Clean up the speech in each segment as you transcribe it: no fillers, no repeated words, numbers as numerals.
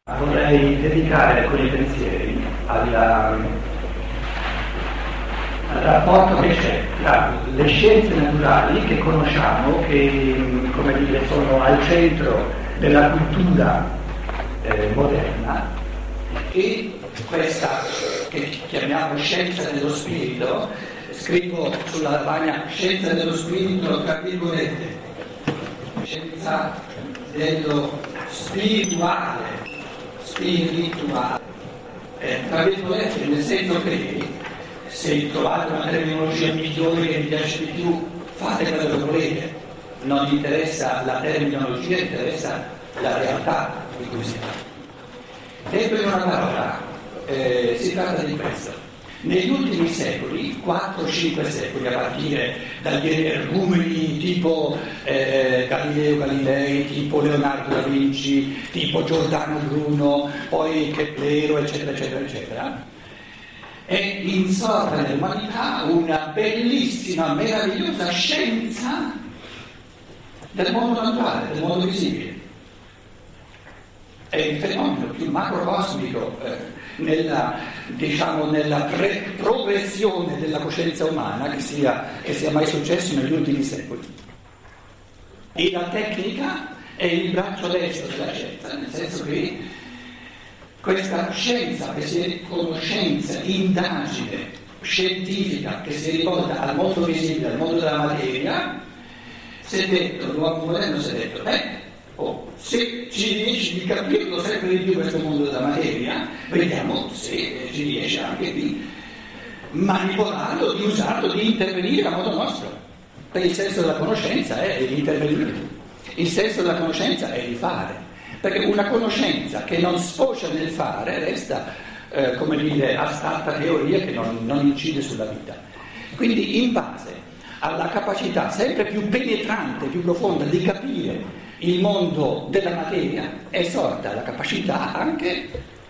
Vorrei dedicare alcuni pensieri al rapporto che c'è tra le scienze naturali che conosciamo, che come dire, sono al centro della cultura moderna, e questa che chiamiamo scienza dello spirito. Scrivo sulla lavagna scienza dello spirito tra virgolette, scienza dello spirituale, tra virgolette, nel senso che se trovate una terminologia migliore che vi piace di più, fate quello che volete, non vi interessa la terminologia, interessa la realtà di cui si parla. Detto in una parola, si tratta di questo. Negli ultimi secoli, 4-5 secoli, a partire dagli energumeni tipo Galileo Galilei, tipo Leonardo da Vinci, tipo Giordano Bruno, poi Keplero, eccetera, eccetera, eccetera, è insorta nell'umanità una bellissima, meravigliosa scienza del mondo naturale, del mondo visibile. È il fenomeno più macrocosmico nella progressione della coscienza umana che sia mai successo negli ultimi secoli. E la tecnica è il braccio destro della scienza, nel senso che questa scienza, che sia conoscenza, indagine scientifica che si rivolta al mondo visibile, al mondo della materia, si è detto, l'uomo moderno si è detto, se ci riesci di capirlo sempre di più questo mondo della materia, vediamo se ci riesce anche di manipolarlo, di usarlo, di intervenire a modo nostro. Perché il senso della conoscenza è di intervenire, il senso della conoscenza è di fare, perché una conoscenza che non sfocia nel fare resta, astratta teoria che non incide sulla vita. Quindi in base alla capacità sempre più penetrante, più profonda di capire il mondo della materia, è sorta la capacità anche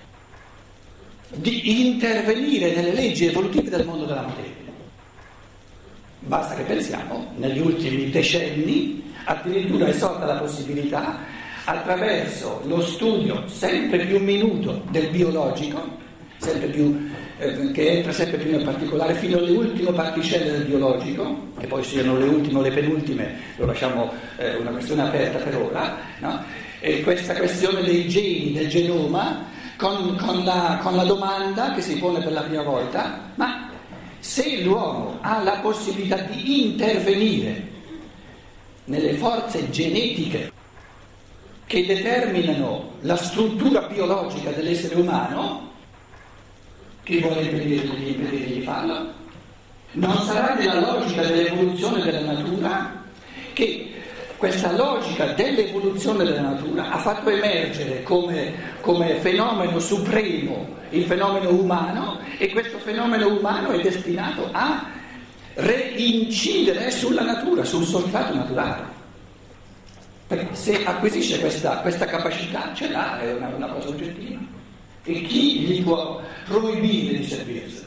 di intervenire nelle leggi evolutive del mondo della materia. Basta che pensiamo, negli ultimi decenni addirittura è sorta la possibilità, attraverso lo studio sempre più minuto del biologico, che entra sempre più nel particolare fino alle ultime particelle del biologico, che poi siano le ultime o le penultime, lo lasciamo una questione aperta per ora, no? E questa questione dei geni, del genoma, con la domanda che si pone per la prima volta: ma se l'uomo ha la possibilità di intervenire nelle forze genetiche che determinano la struttura biologica dell'essere umano, chi vuole impedirgli di farlo? Non sarà nella logica dell'evoluzione della natura che questa logica dell'evoluzione della natura ha fatto emergere come fenomeno supremo il fenomeno umano, e questo fenomeno umano è destinato a reincidere sulla natura, sul sostrato naturale. Perché se acquisisce questa capacità, ce l'ha, è una cosa oggettiva. E chi gli può proibire di servirsene?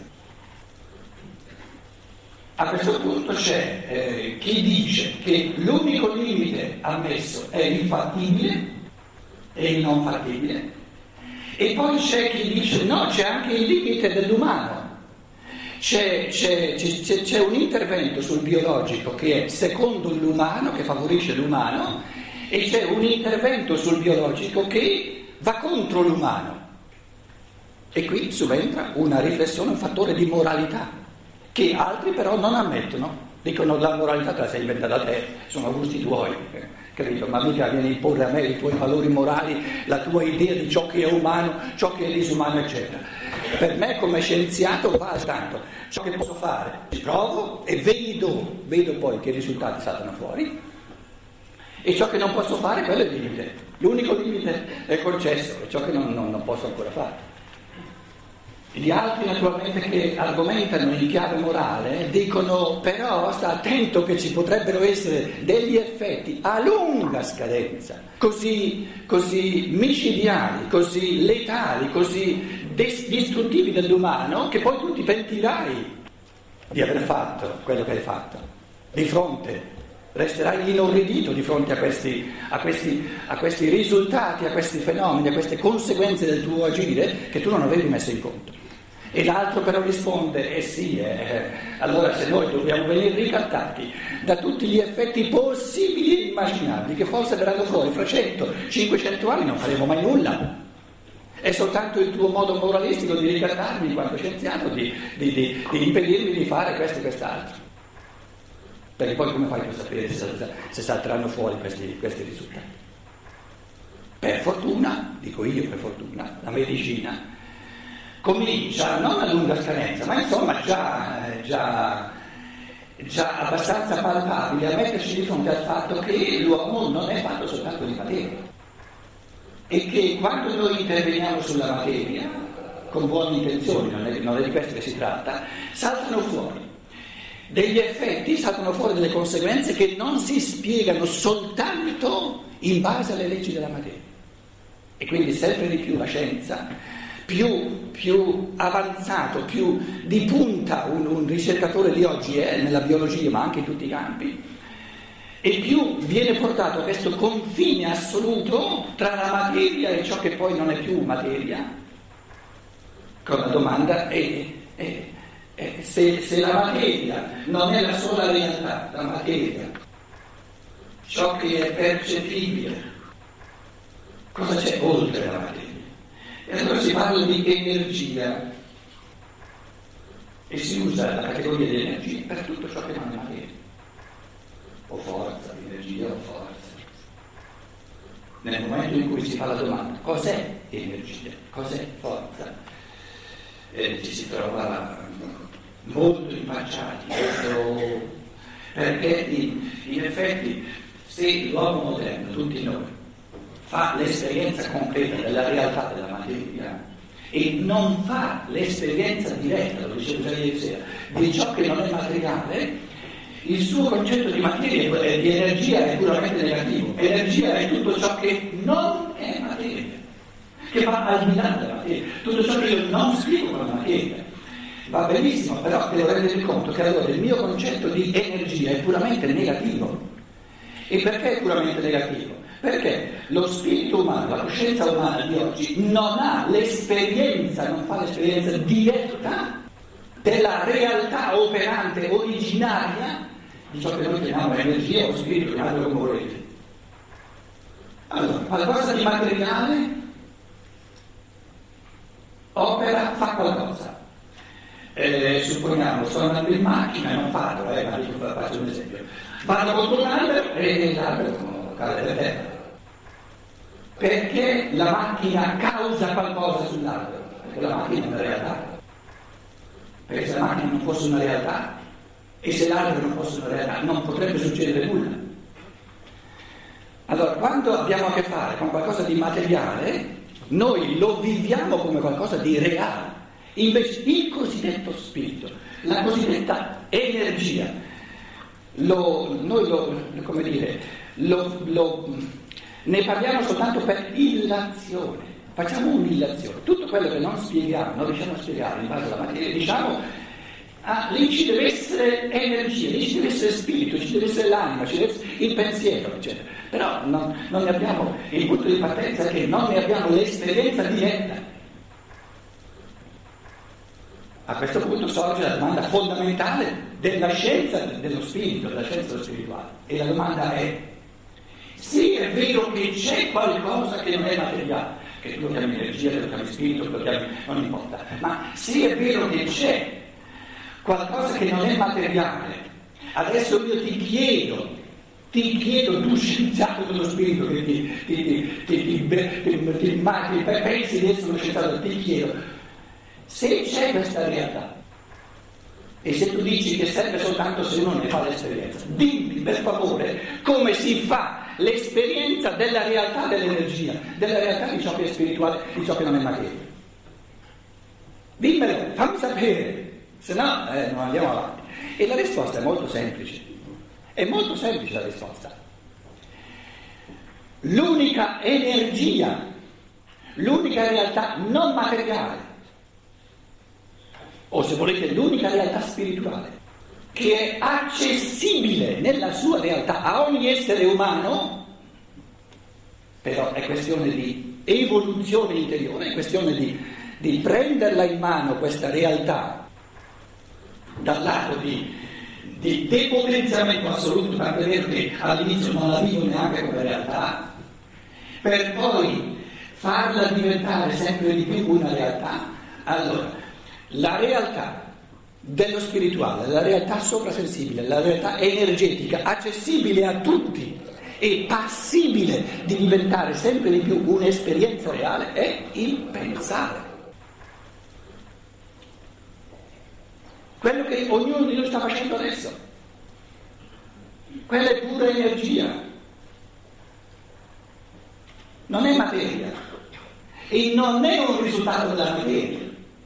A questo punto c'è chi dice che l'unico limite ammesso è il fattibile e il non fattibile, e poi c'è chi dice no, c'è anche il limite dell'umano, c'è un intervento sul biologico che è secondo l'umano, che favorisce l'umano, e c'è un intervento sul biologico che va contro l'umano. E qui subentra una riflessione, un fattore di moralità, che altri però non ammettono. Dicono: la moralità te la sei inventata te, sono gusti tuoi, capito? Ma mica vieni a imporre a me i tuoi valori morali, la tua idea di ciò che è umano, ciò che è disumano, eccetera. Per me come scienziato vale tanto ciò che posso fare, ci provo e vedo poi che i risultati saltano fuori, e ciò che non posso fare, quello è il limite. L'unico limite è il concesso, è ciò che non posso ancora fare. Gli altri naturalmente che argomentano in chiave morale dicono: però sta attento che ci potrebbero essere degli effetti a lunga scadenza, così micidiali, così letali, così distruttivi dell'umano, che poi tu ti pentirai di aver fatto quello che hai fatto di fronte resterai inorridito di fronte a questi risultati, a questi fenomeni, a queste conseguenze del tuo agire che tu non avevi messo in conto. E l'altro però risponde, allora se noi dobbiamo venire ricattati da tutti gli effetti possibili e immaginabili, che forse verranno fuori fra 100-500 anni, non faremo mai nulla. È soltanto il tuo modo moralistico di ricattarmi in quanto scienziato, di impedirmi di fare questo e quest'altro. Perché poi come fai a sapere se salteranno fuori questi risultati? Per fortuna, dico io per fortuna, la medicina comincia non a lunga scadenza, ma insomma già abbastanza palpabile a metterci di fronte al fatto che l'uomo non è fatto soltanto di materia e che quando noi interveniamo sulla materia con buone intenzioni, non è di questo che si tratta, saltano fuori degli effetti, saltano fuori delle conseguenze che non si spiegano soltanto in base alle leggi della materia. E quindi sempre di più la scienza, più avanzato, più di punta un ricercatore di oggi è nella biologia, ma anche in tutti i campi, e più viene portato a questo confine assoluto tra la materia e ciò che poi non è più materia, con la domanda se la materia non è la sola realtà, la materia, ciò che è percepibile, cosa c'è oltre la materia? E allora si parla di energia e si usa la categoria di energia per tutto ciò che non è materia, o forza, energia o forza. Nel momento in cui si fa la domanda cos'è energia, cos'è forza, ci si trova molto impacciati, perché in effetti se l'uomo moderno, tutti noi, fa l'esperienza concreta della realtà della materia e non fa l'esperienza diretta, lo dicevo già ieri sera, di ciò che non è materiale, il suo concetto di materia e di energia è puramente negativo. Energia è tutto ciò che non è materia, che va al di là della materia, tutto ciò che io non spiego con la materia. Va benissimo, però devo rendere conto che allora il mio concetto di energia è puramente negativo. E perché è puramente negativo? Perché lo spirito umano, la coscienza umana di oggi non ha l'esperienza, non fa l'esperienza diretta della realtà operante originaria di ciò che noi chiamiamo energia o spirito, chiamatelo come volete. Allora, qualcosa di materiale opera, fa qualcosa. Supponiamo, sto andando in macchina e non parlo, ma faccio un esempio. Vado contro un albero e l'albero cade per terra. Perché la macchina causa qualcosa sull'albero? Perché la macchina è una realtà. Perché se la macchina non fosse una realtà e se l'albero non fosse una realtà non potrebbe succedere nulla. Allora, quando abbiamo a che fare con qualcosa di materiale, noi lo viviamo come qualcosa di reale. Invece il cosiddetto spirito, la cosiddetta energia, ne parliamo soltanto per illazione, facciamo un'illazione, tutto quello che non spieghiamo, non riusciamo a spiegare in base alla materia, diciamo, lì ci deve essere energia, lì ci deve essere spirito, ci deve essere l'anima, ci deve essere il pensiero, eccetera. Però non ne abbiamo, il punto di partenza è che non ne abbiamo l'esperienza diretta. A questo punto sorge la domanda fondamentale della scienza dello spirito, della scienza dello spirituale. E la domanda è: sì, è vero che c'è qualcosa che non è materiale, che tu lo chiami energia, che lo chiami spirito, che lo chiami, non importa, ma sì, è vero che c'è qualcosa che non è materiale. Adesso io ti chiedo, tu scienziato dello spirito che pensi di essere uno scienziato, ti chiedo, se c'è questa realtà, e se tu dici che serve soltanto se uno ne fa l'esperienza, dimmi per favore come si fa l'esperienza della realtà dell'energia, della realtà di ciò che è spirituale, di ciò che non è materia. Dimmelo, fammi sapere, se no non andiamo avanti. E la risposta è molto semplice, la risposta. L'unica energia, l'unica realtà non materiale, o se volete l'unica realtà spirituale, che è accessibile nella sua realtà a ogni essere umano, però è questione di evoluzione interiore, è questione di prenderla in mano questa realtà dal lato di depotenziamento assoluto, tanto è vero che all'inizio non la vivo neanche come realtà, per poi farla diventare sempre di più una realtà. Allora, la realtà dello spirituale, la realtà soprasensibile, la realtà energetica, accessibile a tutti e passibile di diventare sempre di più un'esperienza reale, è il pensare. Quello che ognuno di noi sta facendo adesso, quella è pura energia, non è materia e non è un risultato della materia.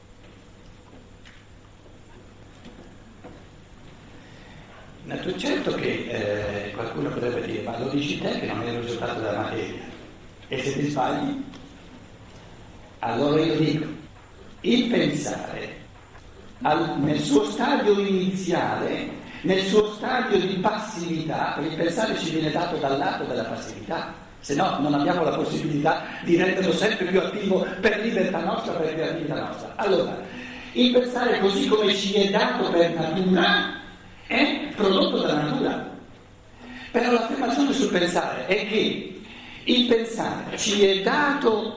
Certo che qualcuno potrebbe dire, ma lo dici te che non è un risultato della materia, e se ti sbagli? Allora io dico, il pensare nel suo stadio iniziale, nel suo stadio di passività, perché il pensare ci viene dato dal lato della passività, se no non abbiamo la possibilità di renderlo sempre più attivo per libertà nostra, per creatività nostra. Allora, il pensare così come ci è dato per natura è prodotto dalla natura. Però l'affermazione sul pensare è che il pensare ci è dato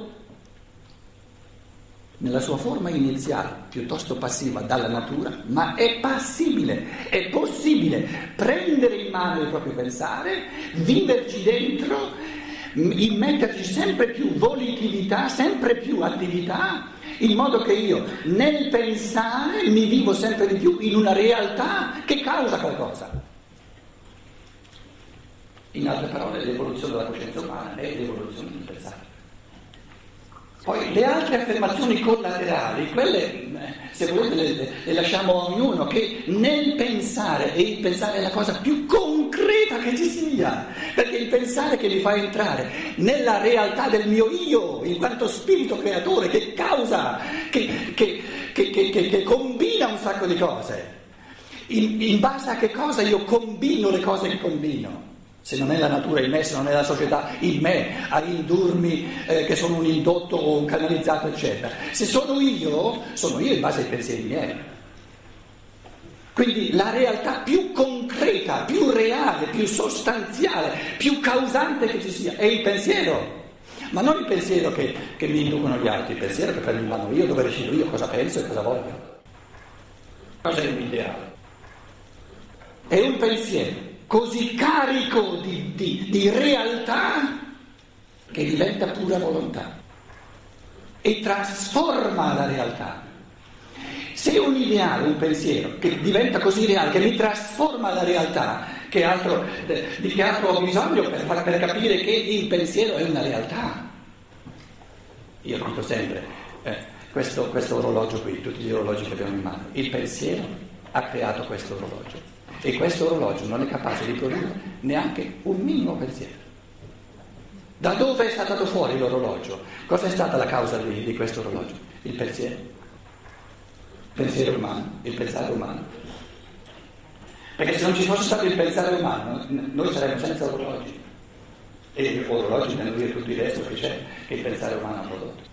nella sua forma iniziale, piuttosto passiva dalla natura, ma è passibile, è possibile prendere in mano il proprio pensare, viverci dentro, immetterci sempre più volatilità, sempre più attività, in modo che io nel pensare mi vivo sempre di più in una realtà che causa qualcosa. In altre parole, l'evoluzione della coscienza umana è l'evoluzione del pensare. Poi le altre affermazioni collaterali, quelle se volete le lasciamo a ognuno, che nel pensare, e il pensare è la cosa più concreta che ci sia, perché il pensare che li fa entrare nella realtà del mio io, in quanto spirito creatore, che causa, che combina un sacco di cose. In base a che cosa io combino le cose che combino? Se non è la natura il me, se non è la società il me a indurmi che sono un indotto o un canalizzato, eccetera. Se sono io in base ai pensieri miei. Quindi la realtà più concreta, più reale, più sostanziale, più causante che ci sia è il pensiero. Ma non il pensiero che mi inducono gli altri, il pensiero che prendo in mano io, dove decido io cosa penso e cosa voglio. Cosa è un ideale? È un pensiero così carico di realtà che diventa pura volontà e trasforma la realtà. Se un ideale, un pensiero che diventa così reale, che mi trasforma la realtà, di che altro ho bisogno per capire che il pensiero è una realtà? Io dico sempre, questo orologio qui, tutti gli orologi che abbiamo in mano, il pensiero ha creato questo orologio. E questo orologio non è capace di produrre neanche un minimo pensiero. Da dove è stato fuori l'orologio? Cosa è stata la causa di questo orologio? Il pensiero. Il pensiero umano, il pensare umano. Perché se non ci fosse stato il pensare umano, noi saremmo senza orologi. E orologi nel dire tutto il resto che c'è, che il pensare umano ha prodotto.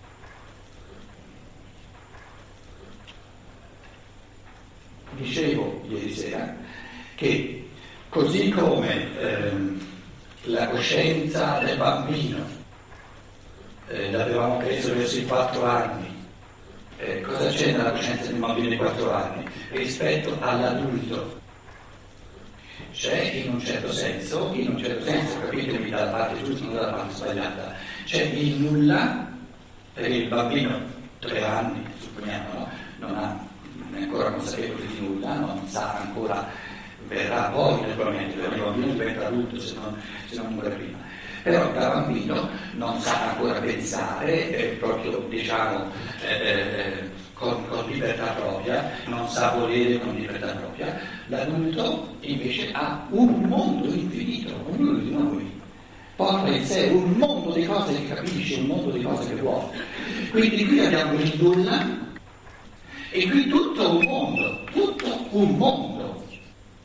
Dicevo ieri sera che così come la coscienza del bambino l'avevamo preso verso i 4 anni, cosa c'è nella coscienza del bambino di 4 anni rispetto all'adulto? C'è in un certo senso, capitemi dalla parte giusta, non dalla parte sbagliata, c'è il nulla, perché il bambino 3 anni, supponiamo, no? Non è ancora consapevole di nulla, non sa ancora, verrà poi naturalmente, perché il bambino diventa adulto se non muore prima. Però il bambino non sa ancora pensare, proprio diciamo con libertà propria, non sa volere con libertà propria. L'adulto invece ha un mondo infinito, ognuno di noi porta in sé un mondo di cose che capisce, un mondo di cose che vuole. Quindi qui abbiamo il nulla e qui tutto un mondo,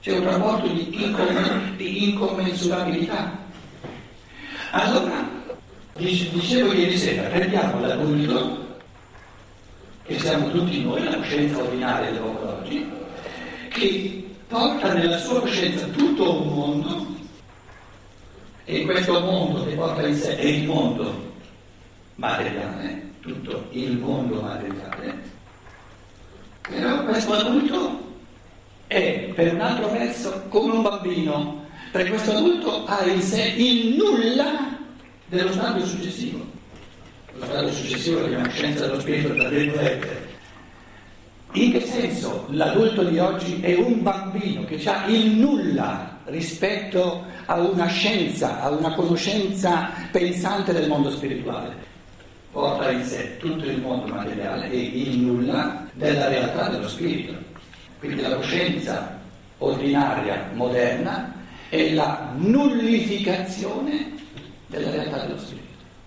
c'è un rapporto di incommensurabilità. Allora, dicevo ieri sera, prendiamo l'adulto, che siamo tutti noi, la coscienza ordinaria dell'uomo d'oggi, che porta nella sua coscienza tutto un mondo, e questo mondo che porta in sé è il mondo materiale, tutto il mondo materiale, però questo adulto è, per un altro verso, come un bambino, perché questo adulto ha in sé il nulla dello stadio successivo. Lo stadio successivo è la coscienza dello spirito, tra virgolette. In che senso l'adulto di oggi è un bambino che ha il nulla rispetto a una scienza, a una conoscenza pensante del mondo spirituale? Porta in sé tutto il mondo materiale e il nulla della realtà dello spirito. Quindi la coscienza ordinaria moderna è la nullificazione della realtà dello spirito.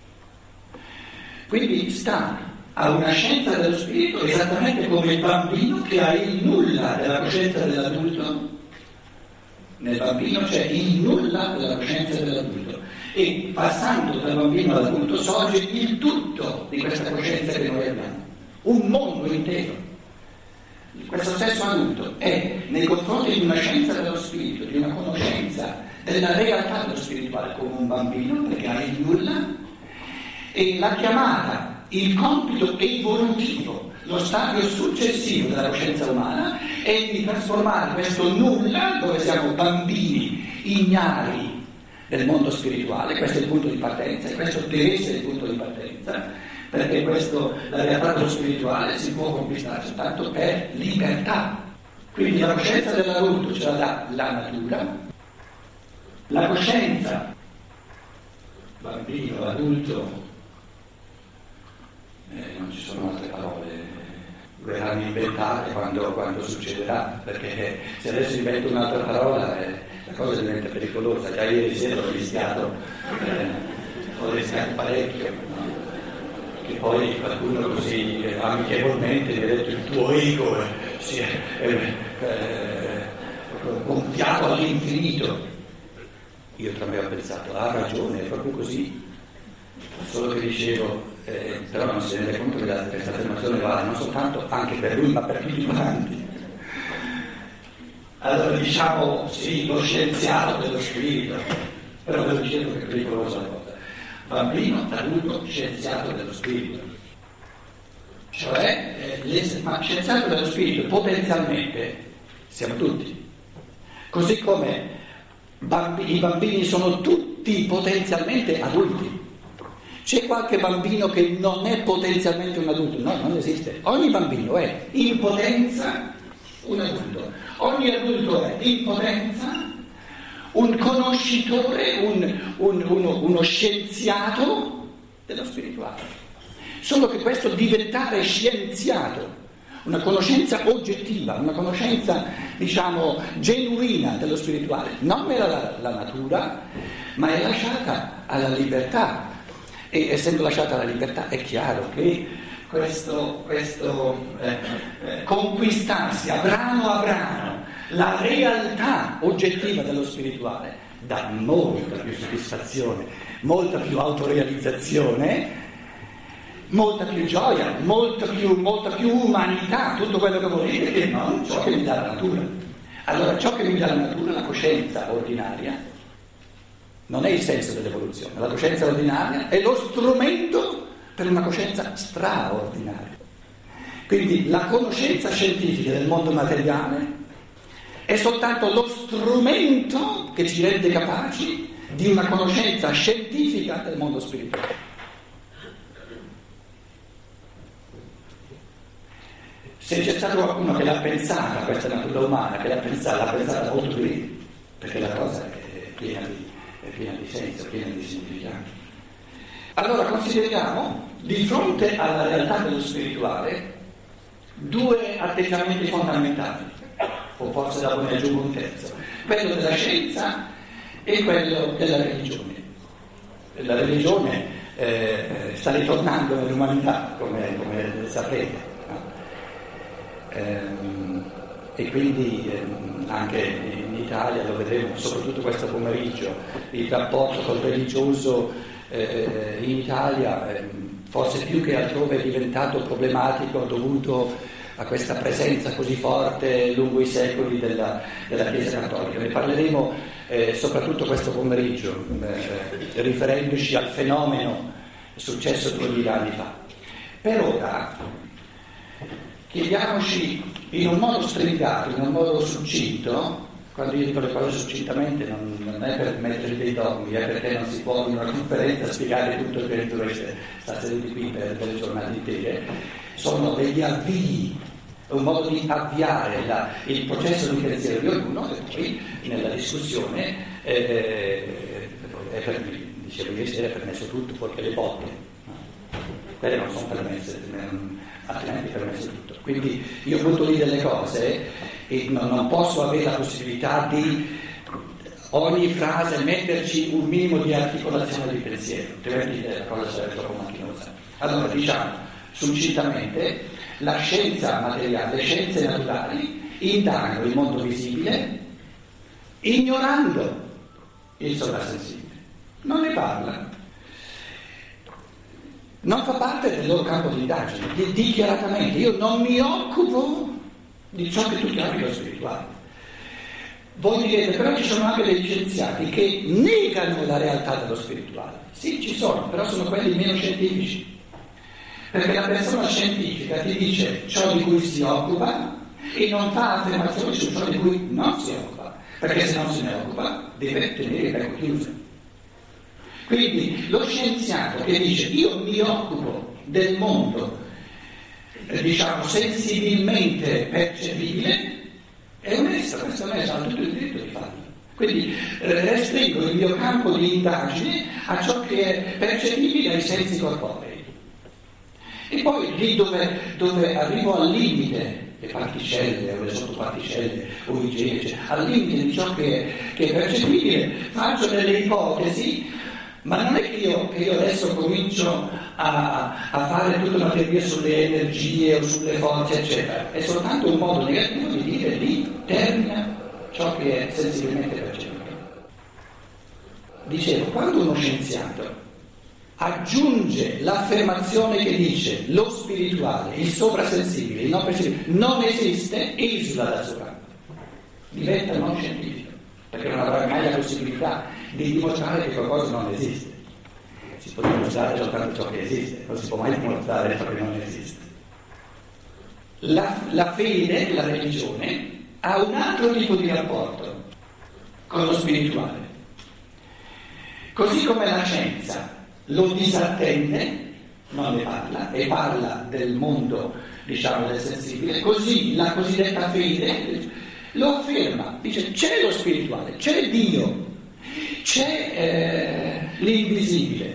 Quindi sta a una scienza dello spirito esattamente come il bambino che ha il nulla della coscienza dell'adulto. Nel bambino c'è il nulla della coscienza dell'adulto e passando dal bambino all'adulto sorge il tutto di questa coscienza che noi abbiamo, un mondo intero. Questo stesso adulto è nei confronti di una scienza dello spirito, di una conoscenza della realtà dello spirituale come un bambino, perché ha il nulla, e la chiamata, il compito evolutivo, lo stadio successivo della coscienza umana è di trasformare questo nulla, dove siamo bambini ignari del mondo spirituale, questo è il punto di partenza e questo deve essere il punto di partenza, perché la realtà dello spirituale si può conquistare soltanto per libertà. Quindi la coscienza dell'adulto ce la dà la natura, la coscienza bambino, adulto, non ci sono altre parole, verranno inventate quando succederà, perché se adesso invento un'altra parola la cosa diventa pericolosa. Già ieri sera ho rischiato parecchio, no? Che poi qualcuno così amichevolmente mi ha detto il tuo ego si è gonfiato all'infinito. Io tra me ho pensato, ha ragione, è proprio così, solo che dicevo, però non si rende conto che questa affermazione vale non soltanto anche per lui ma per tutti quanti. Allora diciamo sì, lo scienziato dello spirito, però ve lo dicevo che è pericolosa la cosa. Bambino, adulto, scienziato dello spirito. Cioè, ma scienziato dello spirito potenzialmente siamo tutti. Così come i bambini sono tutti potenzialmente adulti. C'è qualche bambino che non è potenzialmente un adulto? No, non esiste. Ogni bambino è in potenza un adulto. Ogni adulto è in potenza un conoscitore, uno scienziato dello spirituale. Solo che questo diventare scienziato, una conoscenza oggettiva, una conoscenza, diciamo, genuina dello spirituale, non è la natura, ma è lasciata alla libertà. E essendo lasciata alla libertà è chiaro che questo conquistarsi a brano la realtà oggettiva dello spirituale dà molta più soddisfazione, molta più autorealizzazione, molta più gioia, molta più umanità, tutto quello che volete, che non ciò che mi dà la natura. Allora ciò che mi dà la natura, la coscienza ordinaria, non è il senso dell'evoluzione, la coscienza ordinaria è lo strumento per una coscienza straordinaria. Quindi la conoscenza scientifica del mondo materiale è soltanto lo strumento che ci rende capaci di una conoscenza scientifica del mondo spirituale. Se c'è stato qualcuno che l'ha pensata, questa natura umana, che l'ha pensata molto bene, perché la cosa è piena di senso, piena di significato. Allora consideriamo di fronte alla realtà dello spirituale due atteggiamenti fondamentali, o forse dopo ne aggiungo un terzo, quello della scienza e quello della religione. La religione sta ritornando nell'umanità, come saprete, no? E quindi anche Italia, lo vedremo soprattutto questo pomeriggio, il rapporto col religioso in Italia, forse più che altrove è diventato problematico dovuto a questa presenza così forte lungo i secoli della Chiesa Cattolica. Ne parleremo soprattutto questo pomeriggio, riferendoci al fenomeno successo 2000 anni fa. Per ora chiediamoci in un modo stringato, in un modo succinto, quando io dico le cose succintamente non è per mettere dei dogmi, è perché non si può in una conferenza spiegare tutto il che dovreste stare seduti qui per delle giornate intere, sono degli avvii, un modo di avviare il processo di pensiero di ognuno e poi nella discussione dicevo ieri sera è permesso tutto fuorché le botte, quelle non sono permesse, altrimenti è permesso tutto. Quindi io butto lì delle cose e non posso avere la possibilità di ogni frase metterci un minimo di articolazione di pensiero, altrimenti la cosa sarebbe troppo macchinosa. Allora diciamo succintamente, la scienza materiale, le scienze naturali indagano il mondo visibile ignorando il sovrasensibile, non ne parla, non fa parte del loro campo di indagine, dichiaratamente. Io non mi occupo di ciò che tu chiami lo spirituale. Voi direte, però ci sono anche degli scienziati che negano la realtà dello spirituale. Sì, ci sono, però sono quelli meno scientifici. Perché la persona scientifica ti dice ciò di cui si occupa e non fa affermazioni su ciò di cui non si occupa, perché se non se ne occupa deve tenere il becco chiuso. Quindi lo scienziato che dice io mi occupo del mondo, diciamo sensibilmente percepibile, è onesto, questo è onesto, ha tutto il diritto di farlo. Quindi restringo il mio campo di indagine a ciò che è percepibile ai sensi corporei. E poi lì dove arrivo al limite, le particelle o le sottoparticelle o i geni, al limite di ciò che è percepibile, faccio delle ipotesi, ma non è che io adesso comincio a fare tutta una teoria sulle energie o sulle forze, eccetera. È soltanto un modo negativo di dire lì termina ciò che è sensibilmente percepibile. Dicevo, quando uno scienziato aggiunge l'affermazione che dice lo spirituale, il sovrasensibile, il non percepibile, non esiste, esula dal suo campo, diventa non scientifico, perché non avrà mai la possibilità di dimostrare che qualcosa non esiste. Si può dimostrare soltanto ciò che esiste, non si può mai dimostrare ciò che non esiste. La fede, la religione, ha un altro tipo di rapporto con lo spirituale. Così come la scienza lo disattende, non ne parla, e parla del mondo, diciamo, del sensibile, così la cosiddetta fede lo afferma, dice c'è lo spirituale, c'è Dio, c'è l'invisibile.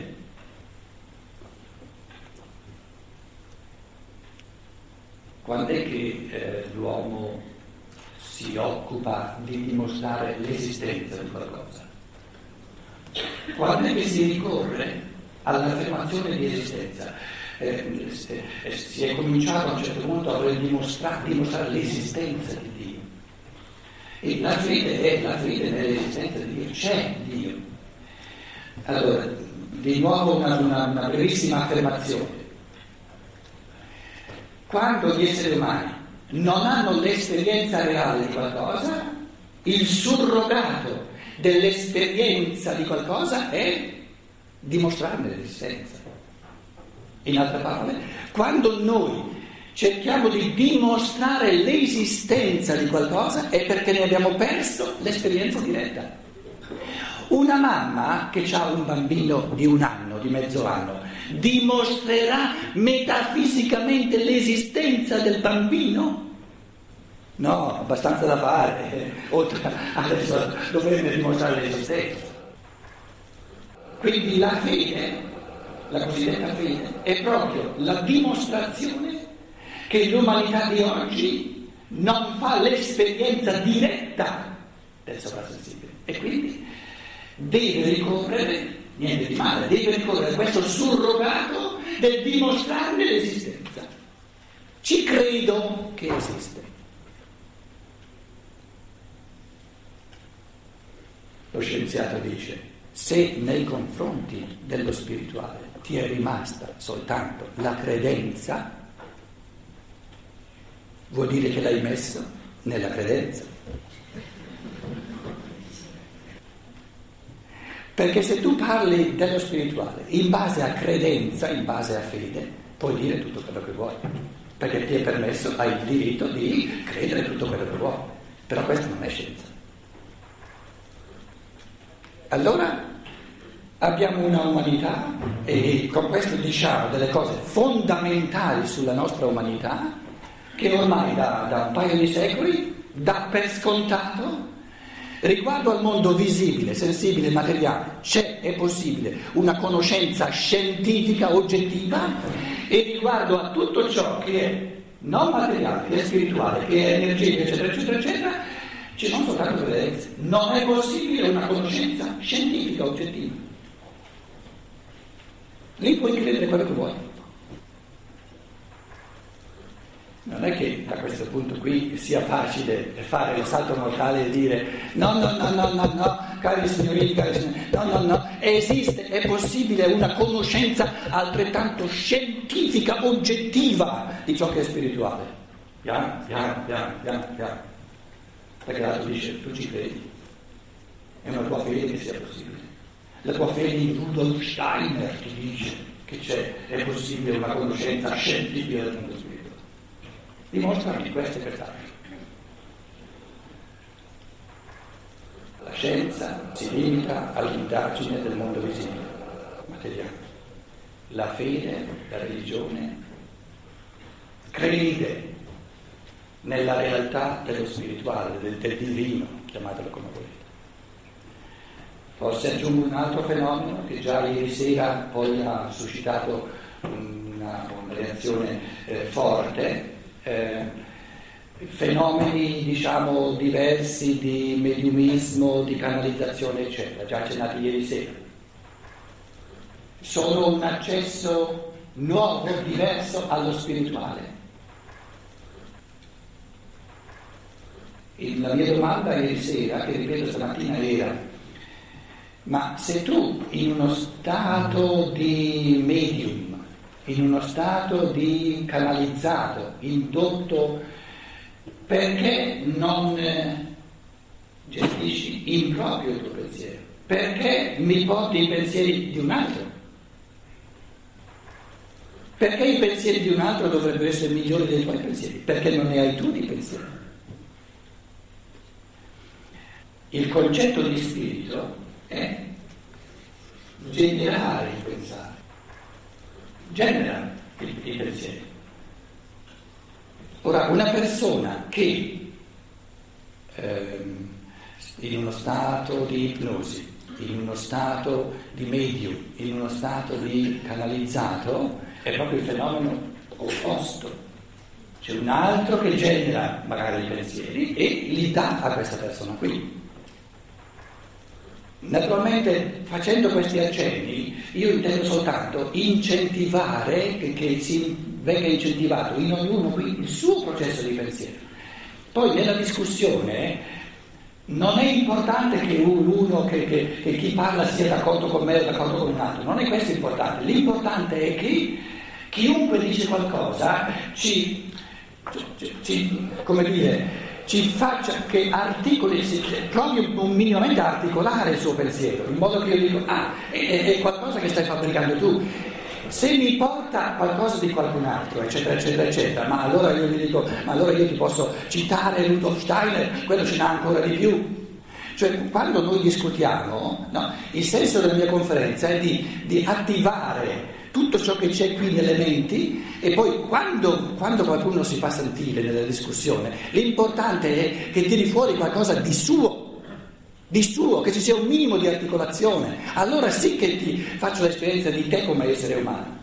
Quando è che l'uomo si occupa di dimostrare l'esistenza di qualcosa? Quando è che si ricorre all'affermazione di esistenza? Si è cominciato a un certo punto a voler dimostrare l'esistenza di Dio. E la fede è la fede nell'esistenza di Dio, c'è Dio. Allora, di nuovo una brevissima affermazione. Quando gli esseri umani non hanno l'esperienza reale di qualcosa, il surrogato dell'esperienza di qualcosa è dimostrarne l'esistenza. In altre parole, quando noi cerchiamo di dimostrare l'esistenza di qualcosa è perché ne abbiamo perso l'esperienza diretta. Una mamma che ha un bambino di 1 anno, di mezzo anno, dimostrerà metafisicamente l'esistenza del bambino? No, abbastanza da fare, oltre adesso dovrebbe dimostrare l'esistenza. Quindi la fede, la cosiddetta fede, è proprio la dimostrazione che l'umanità di oggi non fa l'esperienza diretta del sovrasensibile e quindi deve ricorrere, niente di male, deve ricorrere a questo surrogato del dimostrarne l'esistenza. Ci credo che esiste. lo scienziato dice, se nei confronti dello spirituale ti è rimasta soltanto la credenza, vuol dire che l'hai messo nella credenza. Perché se tu parli dello spirituale in base a credenza, in base a fede, puoi dire tutto quello che vuoi, perché ti è permesso, hai il diritto di credere tutto quello che vuoi, però questo non è scienza. Allora abbiamo una umanità e con questo diciamo delle cose fondamentali sulla nostra umanità che ormai da un paio di secoli dà per scontato. Riguardo al mondo visibile, sensibile, materiale, è possibile una conoscenza scientifica oggettiva, e riguardo a tutto ciò che è non materiale, che è spirituale, che è energia, eccetera, eccetera, eccetera, ci sono soltanto credenze. Non è possibile una conoscenza scientifica oggettiva. Lì puoi credere quello che vuoi. Non è che da questo punto qui sia facile fare il salto mortale e dire no, cari signorini, no, esiste, è possibile una conoscenza altrettanto scientifica, oggettiva di ciò che è spirituale. Piano. Perché l'altro dice, tu ci credi, è una tua fede che sia possibile. La tua fede in Rudolf Steiner ti dice che è possibile una conoscenza scientifica del mondo spirituale. Dimostrami queste quest'anno. La scienza si limita all'indagine del mondo visibile, materiale. La fede, la religione, crede nella realtà dello spirituale, del divino, chiamatelo come volete. Forse aggiungo un altro fenomeno che già ieri sera poi ha suscitato una reazione forte. Fenomeni diciamo diversi di mediumismo, di canalizzazione eccetera, già accennati ieri sera, sono un accesso nuovo, diverso allo spirituale. La mia domanda ieri sera, che ripeto stamattina, era: ma se tu in uno stato di medium, in uno stato di canalizzato, indotto, perché non gestisci in proprio il tuo pensiero? Perché mi porti i pensieri di un altro? Perché i pensieri di un altro dovrebbero essere migliori dei tuoi pensieri? Perché non ne hai tu di pensieri? Il concetto di spirito è generare il pensare. Genera i pensieri. Ora, una persona che in uno stato di ipnosi, in uno stato di medium, in uno stato di canalizzato, è proprio il fenomeno opposto. C'è un altro che genera magari i pensieri e li dà a questa persona qui. Naturalmente, facendo questi accenni, io intendo soltanto incentivare, che si venga incentivato in ognuno qui il suo processo di pensiero. Poi nella discussione non è importante che uno, che chi parla sia d'accordo con me o d'accordo con un altro, non è questo importante. L'importante è che chiunque dice qualcosa ci faccia, che articoli, provi minimamente a articolare il suo pensiero, in modo che io dico, è qualcosa che stai fabbricando tu. Se mi porta qualcosa di qualcun altro, eccetera, eccetera, eccetera, ma allora io gli dico, ma allora io ti posso citare Rudolf Steiner, quello ce n'ha ancora di più. Cioè, quando noi discutiamo, no, il senso della mia conferenza è di attivare tutto ciò che c'è qui nelle menti, e poi quando qualcuno si fa sentire nella discussione, l'importante è che tiri fuori qualcosa di suo, che ci sia un minimo di articolazione. Allora sì che ti faccio l'esperienza di te come essere umano.